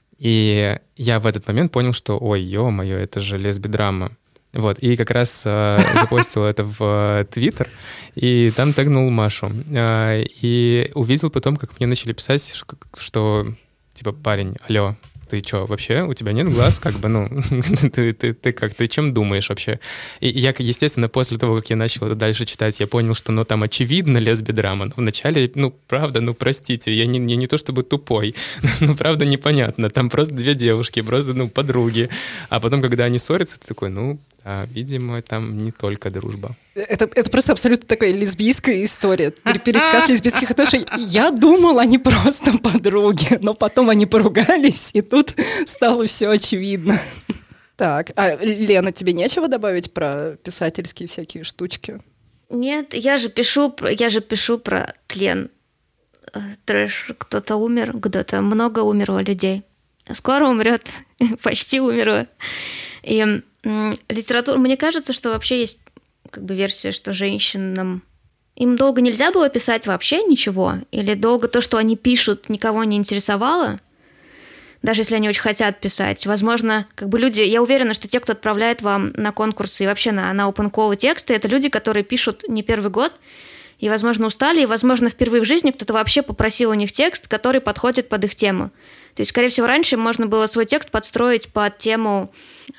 Speaker 3: И я в этот момент понял, что, ой, ё-моё, это же лесби-драма. Вот, и как раз э, запостил это в Твиттер, и там тегнул Машу. Э, и увидел потом, как мне начали писать, что, что типа, парень, алло, ты что, вообще, у тебя нет глаз? Как бы, ну, ты, ты, ты как, ты чем думаешь вообще? И я, естественно, после того, как я начал это дальше читать, я понял, что, ну, там очевидно лесби-драма, но вначале, ну, правда, ну, простите, я не, я не то чтобы тупой, ну, правда, непонятно, там просто две девушки, просто, ну, подруги, а потом, когда они ссорятся, ты такой, ну, да, видимо, там не только дружба.
Speaker 1: Это, это просто абсолютно такая лесбийская история, пересказ лесбийских отношений. Я думала, они просто подруги, но потом они поругались, и тут стало все очевидно. Так, а, Лена, тебе нечего добавить про писательские всякие штучки?
Speaker 4: Нет, я же пишу, я же пишу про тлен, трэш. Кто-то умер, кто-то много умерло людей. Скоро умрет, почти умерло. И литература, мне кажется, что вообще есть как бы версия, что женщинам им долго нельзя было писать вообще ничего, или долго то, что они пишут, никого не интересовало, даже если они очень хотят писать. Возможно, как бы люди, я уверена, что те, кто отправляет вам на конкурсы и вообще на, на open call тексты, это люди, которые пишут не первый год, и, возможно, устали, и, возможно, впервые в жизни кто-то вообще попросил у них текст, который подходит под их тему. То есть, скорее всего, раньше можно было свой текст подстроить под тему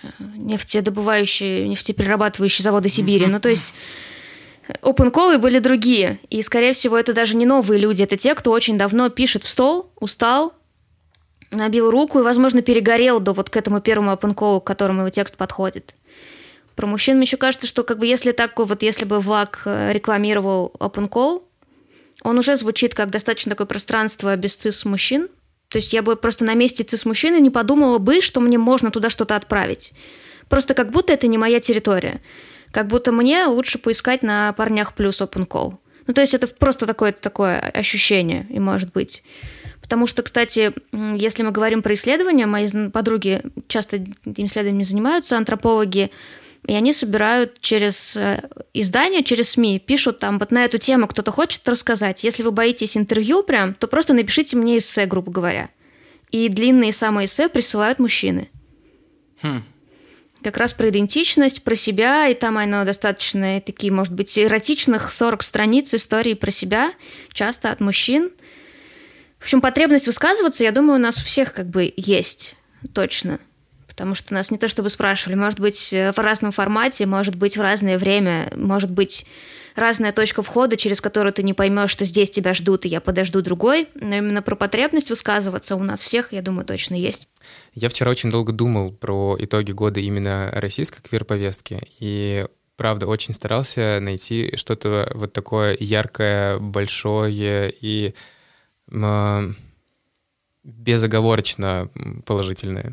Speaker 4: нефтедобывающие, нефтеперерабатывающие заводы Сибири. Mm-hmm. Ну, то есть open-call'ы были другие. И, скорее всего, это даже не новые люди. Это те, кто очень давно пишет в стол, устал, набил руку и, возможно, перегорел до вот к этому первому open-call'у, к которому его текст подходит. Про мужчин мне еще кажется, что как бы если такой вот, если бы Влад рекламировал open-call, он уже звучит как достаточно такое пространство без цис-мужчин. То есть я бы просто на месте цис-мужчины не подумала бы, что мне можно туда что-то отправить. Просто как будто это не моя территория. Как будто мне лучше поискать на парнях плюс open call. Ну, то есть это просто такое, такое ощущение, и может быть. Потому что, кстати, если мы говорим про исследования, мои подруги часто этими исследованиями занимаются, антропологи, и они собирают через издания, через СМИ, пишут там вот на эту тему кто-то хочет рассказать. Если вы боитесь интервью прям, то просто напишите мне эссе, грубо говоря. И длинные самые эссе присылают мужчины.
Speaker 2: Хм.
Speaker 4: Как раз про идентичность, про себя, и там оно достаточно такие, может быть, эротичных сорок страниц истории про себя, часто от мужчин. В общем, потребность высказываться, я думаю, у нас у всех как бы есть, точно. Потому что нас не то чтобы спрашивали, может быть, в разном формате, может быть, в разное время, может быть, разная точка входа, через которую ты не поймешь, что здесь тебя ждут, и я подожду другой. Но именно про потребность высказываться у нас всех, я думаю, точно есть.
Speaker 3: Я вчера очень долго думал про итоги года именно российской квир-повестки, и правда, очень старался найти что-то вот такое яркое, большое и э, безоговорочно положительное.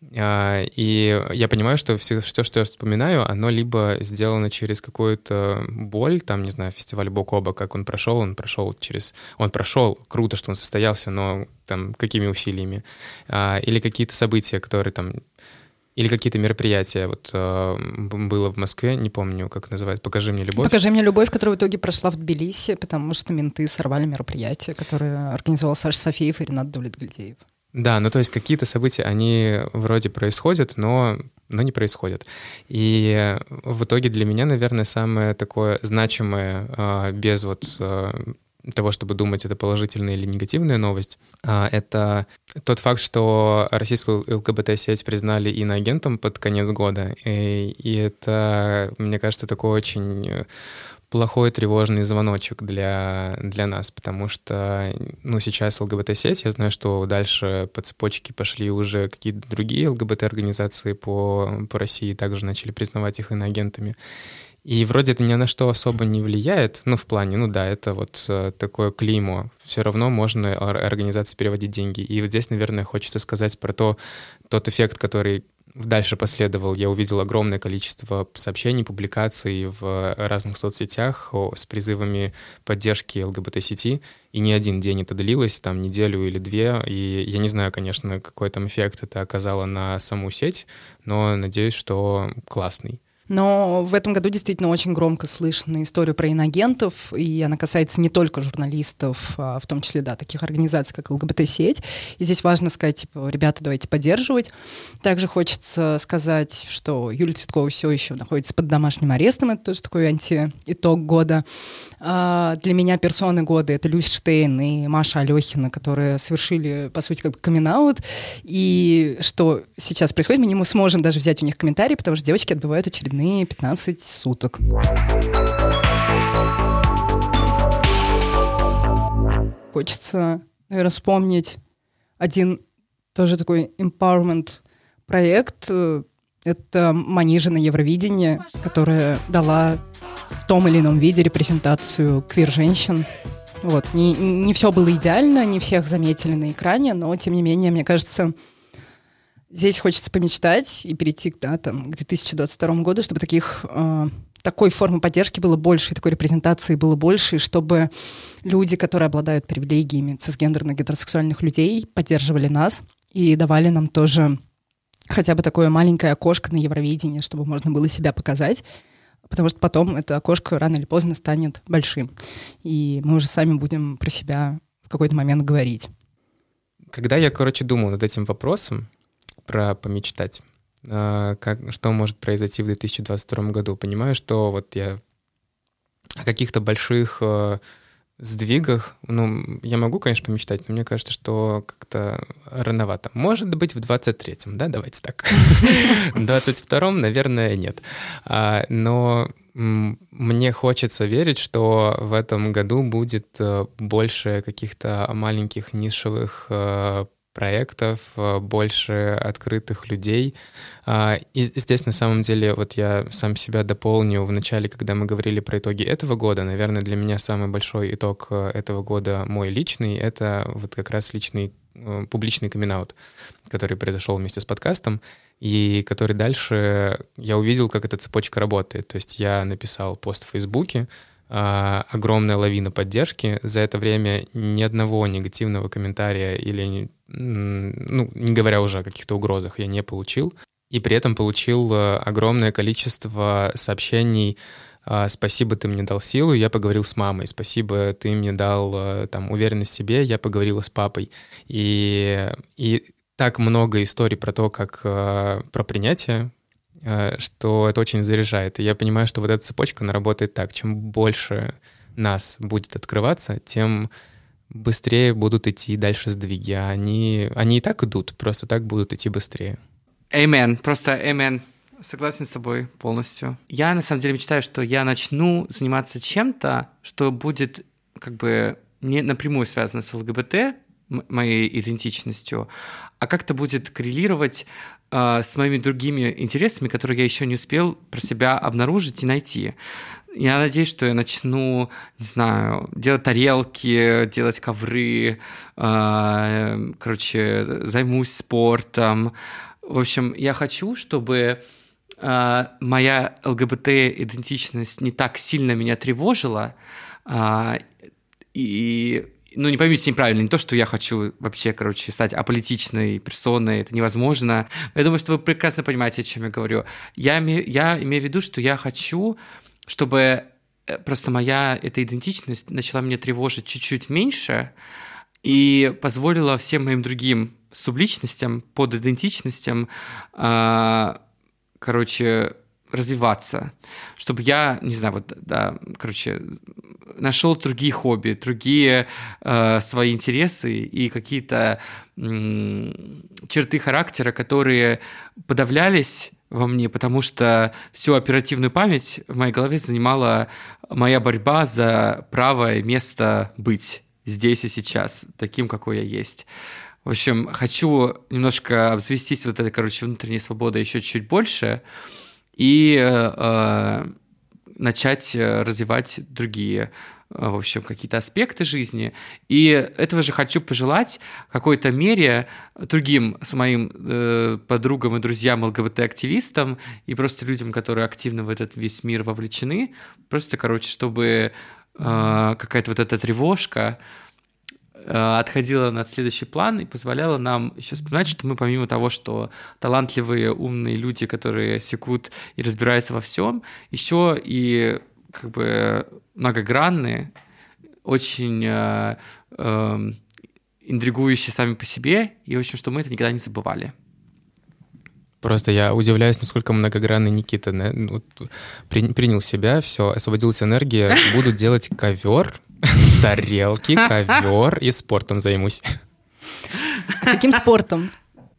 Speaker 3: И я понимаю, что все, все, что я вспоминаю, оно либо сделано через какую-то боль, там, не знаю, фестиваль бок о бок, как он прошел, он прошел через... Он прошел, круто, что он состоялся, но там какими усилиями? Или какие-то события, которые там... Или какие-то мероприятия. Вот было в Москве, не помню, как называется, «Покажи мне любовь».
Speaker 1: «Покажи мне любовь», которая в итоге прошла в Тбилиси, потому что менты сорвали мероприятие, которое организовал Саша Софиев и Ренат Давлетгильдеев.
Speaker 3: Да, ну то есть какие-то события, они вроде происходят, но, но не происходят. И в итоге для меня, наверное, самое такое значимое, без вот того, чтобы думать, это положительная или негативная новость, это тот факт, что российскую ЛГБТ-сеть признали иноагентом под конец года. И, и это, мне кажется, такой очень плохой тревожный звоночек для, для нас, потому что, ну, сейчас ЛГБТ-сеть, я знаю, что дальше по цепочке пошли уже какие-то другие ЛГБТ-организации по, по России, также начали признавать их иноагентами. И вроде это ни на что особо не влияет, ну, в плане, ну да, это вот э, такое клеймо. Все равно можно организации переводить деньги. И вот здесь, наверное, хочется сказать про то, тот эффект, который дальше последовал. Я увидел огромное количество сообщений, публикаций в разных соцсетях с призывами поддержки ЛГБТ-сети, и не один день это длилось, там неделю или две, и я не знаю, конечно, какой там эффект это оказало на саму сеть, но надеюсь, что классный.
Speaker 1: Но в этом году действительно очень громко слышно историю про иноагентов, и она касается не только журналистов, а в том числе, да, таких организаций, как ЛГБТ-сеть. И здесь важно сказать, типа, ребята, давайте поддерживать. Также хочется сказать, что Юлия Цветкова все еще находится под домашним арестом, это тоже такой антиитог года. А для меня персоны года — это Люся Штейн и Маша Алехина, которые совершили, по сути, как бы камин-аут. И что сейчас происходит, мы не сможем даже взять у них комментарии, потому что девочки отбывают очередные пятнадцать суток. Хочется, наверное, вспомнить один тоже такой empowerment проект. Это Манижа на Евровидении, которая дала в том или ином виде репрезентацию квир-женщин. Вот. Не, не все было идеально, не всех заметили на экране, но, тем не менее, мне кажется, здесь хочется помечтать и перейти, да, там, к две тысячи двадцать второму году, чтобы таких, э, такой формы поддержки было больше, и такой репрезентации было больше, и чтобы люди, которые обладают привилегиями цисгендерных гетеросексуальных людей, поддерживали нас и давали нам тоже хотя бы такое маленькое окошко на Евровидении, чтобы можно было себя показать, потому что потом это окошко рано или поздно станет большим, и мы уже сами будем про себя в какой-то момент говорить.
Speaker 3: Когда я, короче, думал над этим вопросом, про помечтать, как, что может произойти в две тысячи двадцать втором году. Понимаю, что вот я о каких-то больших э, сдвигах, ну, я могу, конечно, помечтать, но мне кажется, что как-то рановато. Может быть, в двадцать третьем, да, давайте так. В двадцать втором, наверное, нет. А, но м- мне хочется верить, что в этом году будет э, больше каких-то маленьких нишевых э, проектов, больше открытых людей. И здесь, на самом деле, вот я сам себя дополню в начале, когда мы говорили про итоги этого года. Наверное, для меня самый большой итог этого года, мой личный, это вот как раз личный публичный камин-аут, который произошел вместе с подкастом, и который дальше я увидел, как эта цепочка работает. То есть я написал пост в Фейсбуке, огромная лавина поддержки. За это время ни одного негативного комментария или, ну, не говоря уже о каких-то угрозах, я не получил. И при этом получил огромное количество сообщений: «Спасибо, ты мне дал силу, я поговорил с мамой. Спасибо, ты мне дал там уверенность в себе, я поговорила с папой». И, и так много историй про то, как про принятие, что это очень заряжает. И я понимаю, что вот эта цепочка, она работает так. Чем больше нас будет открываться, тем быстрее будут идти дальше сдвиги. А они, они и так идут, просто так будут идти быстрее.
Speaker 2: Amen. Просто amen. Согласен с тобой полностью. Я на самом деле мечтаю, что я начну заниматься чем-то, что будет как бы не напрямую связано с ЛГБТ, моей идентичностью, а как-то будет коррелировать э, с моими другими интересами, которые я еще не успел про себя обнаружить и найти. Я надеюсь, что я начну, не знаю, делать тарелки, делать ковры, э, короче, займусь спортом. В общем, я хочу, чтобы э, моя ЛГБТ-идентичность не так сильно меня тревожила, э, и ну, не поймите неправильно, не то, что я хочу вообще, короче, стать аполитичной персоной, это невозможно. Я думаю, что вы прекрасно понимаете, о чем я говорю. Я имею, я имею в виду, что я хочу, чтобы просто моя эта идентичность начала меня тревожить чуть-чуть меньше и позволила всем моим другим субличностям, подидентичностям, э, короче, развиваться, чтобы я, не знаю, вот, да, короче, нашел другие хобби, другие э, свои интересы и какие-то м- черты характера, которые подавлялись во мне, потому что всю оперативную память в моей голове занимала моя борьба за правое место быть здесь и сейчас, таким, какой я есть. В общем, хочу немножко обзавестись вот этой, короче, внутренней свободой еще чуть больше и э, начать развивать другие, в общем, какие-то аспекты жизни. И этого же хочу пожелать в какой-то мере другим с моим э, подругам и друзьям ЛГБТ-активистам и просто людям, которые активно в этот весь мир вовлечены. Просто, короче, чтобы э, какая-то вот эта тревожка э, отходила на следующий план и позволяла нам еще вспоминать, что мы помимо того, что талантливые, умные люди, которые секут и разбираются во всем, еще и как бы многогранные, очень э, э, интригующие сами по себе, и, в общем, что мы это никогда не забывали.
Speaker 3: Просто я удивляюсь, насколько многогранный Никита ну, при, принял себя, все, освободилась энергия, буду делать ковер, тарелки, ковер и спортом займусь.
Speaker 1: Каким спортом?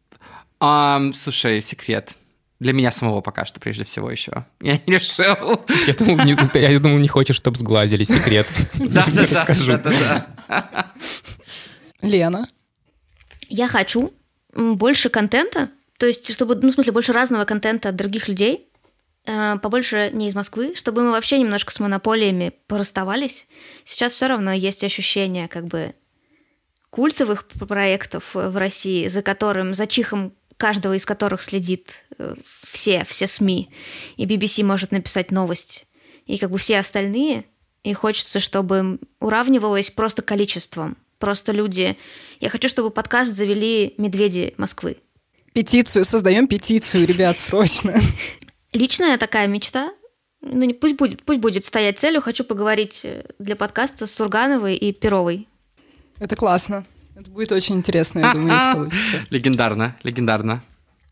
Speaker 2: А, слушай, секрет. Для меня самого пока что, прежде всего, еще. Я не решил.
Speaker 3: Я думал, не, я думал, не хочешь, чтобы сглазили секрет.
Speaker 2: Да, да, да, да.
Speaker 1: Лена?
Speaker 4: Я хочу больше контента, то есть, чтобы, ну, в смысле, больше разного контента от других людей, побольше не из Москвы, чтобы мы вообще немножко с монополиями порасставались. Сейчас все равно есть ощущение, как бы, культовых проектов в России, за которым, за чихом каждого из которых следит все, все СМИ, и би би си может написать новость, и как бы все остальные, и хочется, чтобы уравнивалось просто количеством, просто люди... Я хочу, чтобы подкаст завели медведи Москвы.
Speaker 1: Петицию, создаем петицию, ребят, срочно.
Speaker 4: Личная такая мечта, ну не пусть будет, пусть будет стоять целью, хочу поговорить для подкаста с Сургановой и Перовой.
Speaker 1: Это классно. Это будет очень интересно, я думаю, если получится.
Speaker 2: Легендарно, легендарно.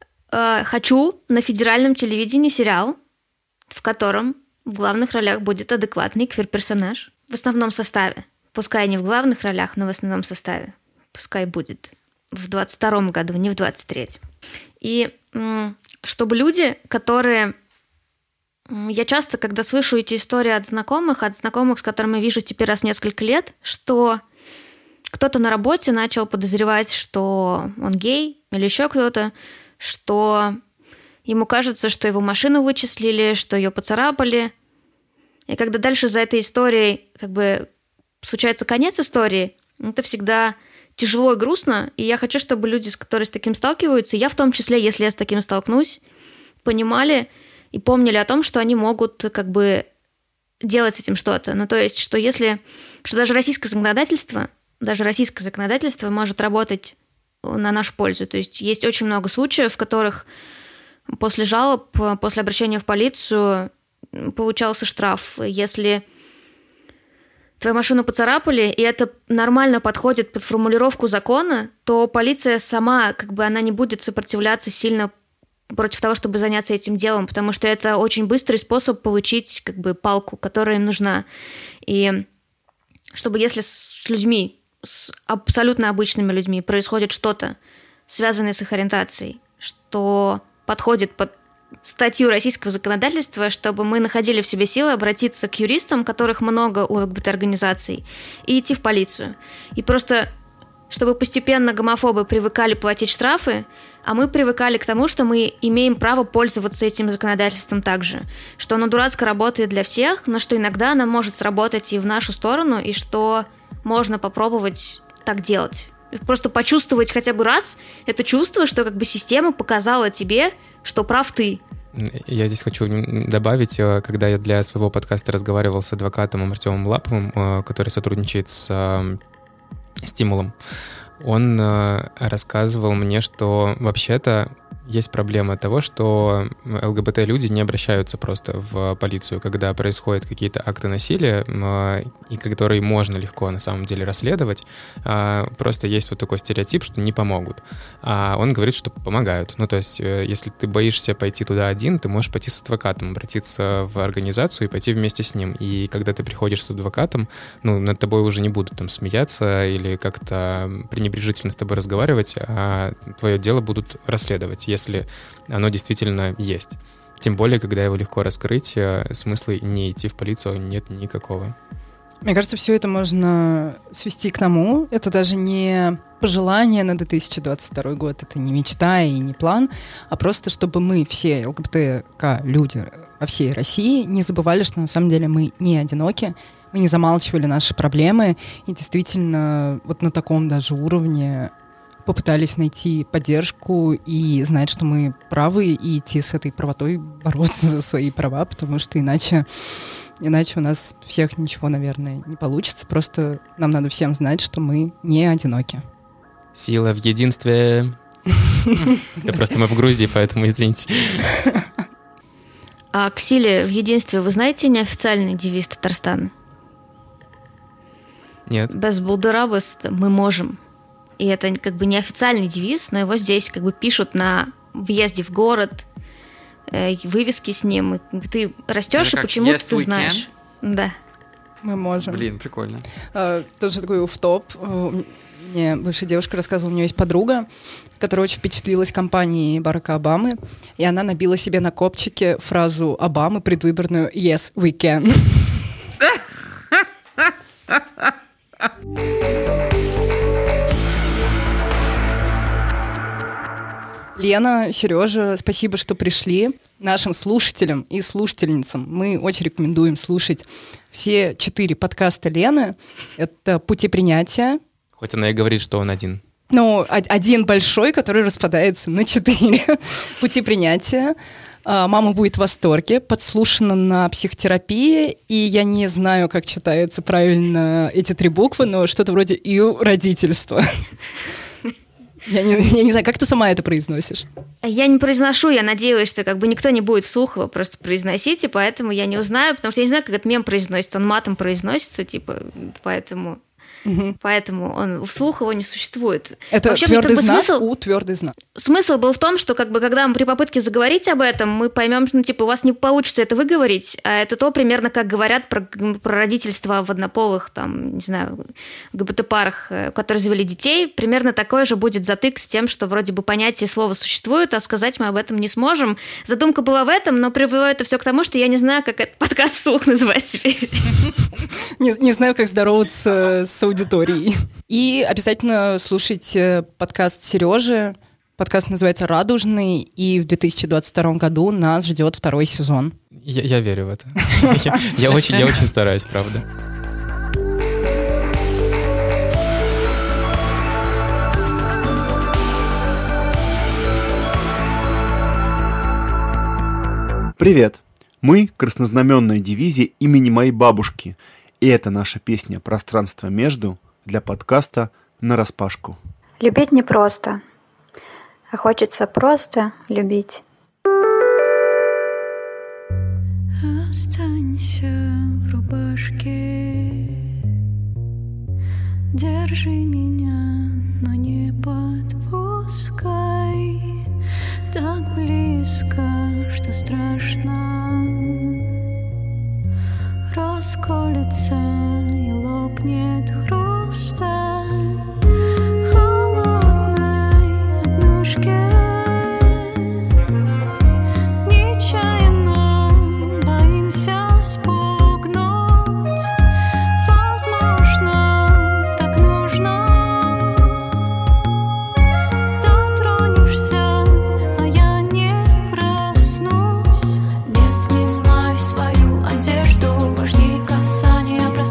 Speaker 4: Хочу на федеральном телевидении сериал, в котором в главных ролях будет адекватный квир-персонаж в основном составе. Пускай не в главных ролях, но в основном составе. Пускай будет в двадцать втором году, не в двадцать третьем. И чтобы люди, которые... Я часто, когда слышу эти истории от знакомых, от знакомых, с которыми вижу теперь раз в несколько лет, что... Кто-то на работе начал подозревать, что он гей, или еще кто-то, что ему кажется, что его машину вычислили, что ее поцарапали. И когда дальше за этой историей как бы случается конец истории, это всегда тяжело и грустно. И я хочу, чтобы люди, которые с таким сталкиваются, я в том числе, если я с таким столкнусь, понимали и помнили о том, что они могут как бы делать с этим что-то. Ну, то есть, что если... Что даже российское законодательство... Даже российское законодательство может работать на нашу пользу. То есть есть очень много случаев, в которых после жалоб, после обращения в полицию получался штраф. Если твою машину поцарапали, и это нормально подходит под формулировку закона, то полиция сама, как бы, она не будет сопротивляться сильно против того, чтобы заняться этим делом, потому что это очень быстрый способ получить, как бы, палку, которая им нужна. И чтобы если с людьми, с абсолютно обычными людьми происходит что-то, связанное с их ориентацией, что подходит под статью российского законодательства, чтобы мы находили в себе силы обратиться к юристам, которых много у ЛГБТ-организаций, и идти в полицию. И просто, чтобы постепенно гомофобы привыкали платить штрафы, а мы привыкали к тому, что мы имеем право пользоваться этим законодательством также. Что оно дурацко работает для всех, но что иногда оно может сработать и в нашу сторону, и что можно попробовать так делать. Просто почувствовать хотя бы раз это чувство, что как бы система показала тебе, что прав ты.
Speaker 3: Я здесь хочу добавить, когда я для своего подкаста разговаривал с адвокатом Артемом Лаповым, который сотрудничает с «Стимулом», он рассказывал мне, что вообще-то есть проблема того, что ЛГБТ-люди не обращаются просто в полицию, когда происходят какие-то акты насилия, и которые можно легко на самом деле расследовать. Просто есть вот такой стереотип, что не помогут. А он говорит, что помогают. Ну, то есть, если ты боишься пойти туда один, ты можешь пойти с адвокатом, обратиться в организацию и пойти вместе с ним. И когда ты приходишь с адвокатом, ну, над тобой уже не будут там смеяться или как-то пренебрежительно с тобой разговаривать, а твое дело будут расследовать. делать, если оно действительно есть. Тем более, когда его легко раскрыть, смысла не идти в полицию нет никакого.
Speaker 1: Мне кажется, все это можно свести к тому, это даже не пожелание на две тысячи двадцать второй год, это не мечта и не план, а просто чтобы мы все ЛГБТК-люди во всей России не забывали, что на самом деле мы не одиноки, мы не замалчивали наши проблемы и действительно вот на таком даже уровне попытались найти поддержку и знать, что мы правы, и идти с этой правотой бороться за свои права, потому что иначе, иначе у нас всех ничего, наверное, не получится. Просто нам надо всем знать, что мы не одиноки.
Speaker 3: Сила в единстве. Это просто мы в Грузии, поэтому извините.
Speaker 4: А к силе в единстве вы знаете неофициальный девиз Татарстана?
Speaker 3: Нет.
Speaker 4: Без булдырабыс мы можем. И это как бы неофициальный девиз, но его здесь как бы пишут на въезде в город, э, вывески с ним. И ты растешь, ну, и почему-то yes, ты знаешь. Can. Да.
Speaker 1: Мы можем.
Speaker 2: Блин, прикольно.
Speaker 1: А, тоже такой офф-топ. Мне бывшая девушка рассказывала, у нее есть подруга, которая очень впечатлилась кампанией Барака Обамы, и она набила себе на копчике фразу Обамы предвыборную «Yes, we can». Лена, Сережа, спасибо, что пришли. Нашим слушателям и слушательницам мы очень рекомендуем слушать все четыре подкаста Лены. Это «Пути принятия».
Speaker 3: Хоть она и говорит, что он один.
Speaker 1: Ну, один большой, который распадается на четыре. «Пути принятия». «Мама будет в восторге», подслушано на психотерапии, и я не знаю, как читается правильно эти три буквы, но что-то вроде «ю» родительство. Я не, я не знаю, как ты сама это произносишь?
Speaker 4: Я не произношу, я надеялась, что как бы никто не будет вслух его просто произносить, и поэтому я не узнаю, потому что я не знаю, как этот мем произносится, он матом произносится, типа, поэтому... Угу. Поэтому он вслух его не существует.
Speaker 1: Это вообще, твердый как бы, знак смысл... у твердый знак.
Speaker 4: Смысл был в том, что как бы, когда мы при попытке заговорить об этом, мы поймем, что ну, типа, у вас не получится это выговорить, а это то примерно как говорят про, про родительство в однополых, там, не знаю, ГБТ-парах, которые завели детей. Примерно такой же будет затык с тем, что вроде бы понятие слова существует, а сказать мы об этом не сможем. Задумка была в этом, но привело это все к тому, что я не знаю, как этот подкаст вслух называть теперь.
Speaker 1: Не, не знаю, как здороваться с аудиторией. И обязательно слушайте подкаст Сережи. Подкаст называется «Радужный», и в две тысячи двадцать втором году нас ждет второй сезон.
Speaker 3: Я, я верю в это. я, я, очень, я очень стараюсь, правда.
Speaker 5: Привет! Мы — краснознаменная дивизия имени моей бабушки. И это наша песня «Пространство между» для подкаста «Нараспашку».
Speaker 6: Любить непросто, а хочется просто любить.
Speaker 7: Останься в рубашке, держи меня, но не подпускай так близко, что страшно. Расколется и лопнет хруста холодной однушке. Нечаянно боимся спугнуть. Возможно, так нужно. Дотронешься, а я не проснусь. Не снимай свою одежду, важнее касания пространства.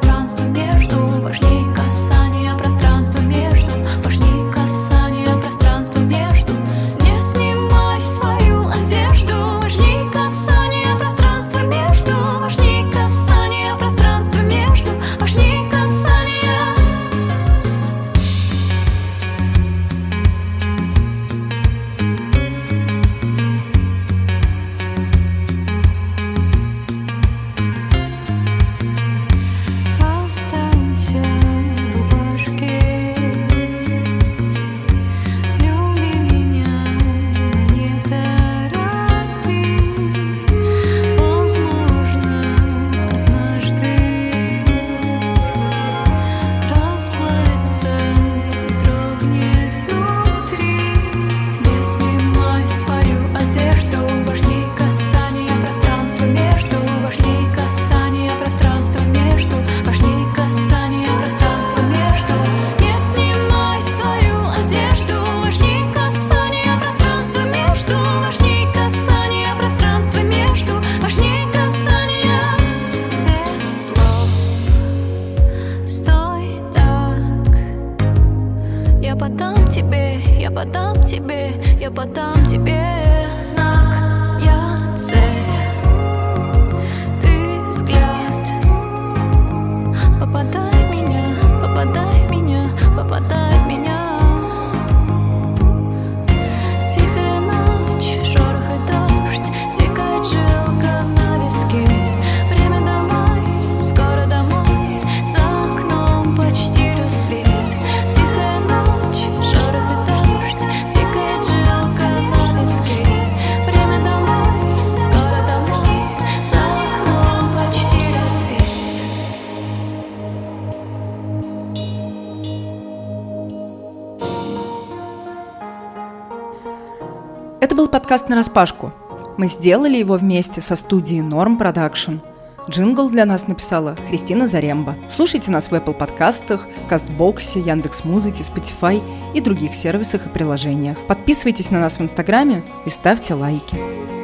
Speaker 1: был подкаст «Нараспашку». Мы сделали его вместе со студией Norm Production. Джингл для нас написала Христина Заремба. Слушайте нас в Apple подкастах, Кастбоксе, Яндекс.Музыке, Spotify и других сервисах и приложениях. Подписывайтесь на нас в Инстаграме и ставьте лайки.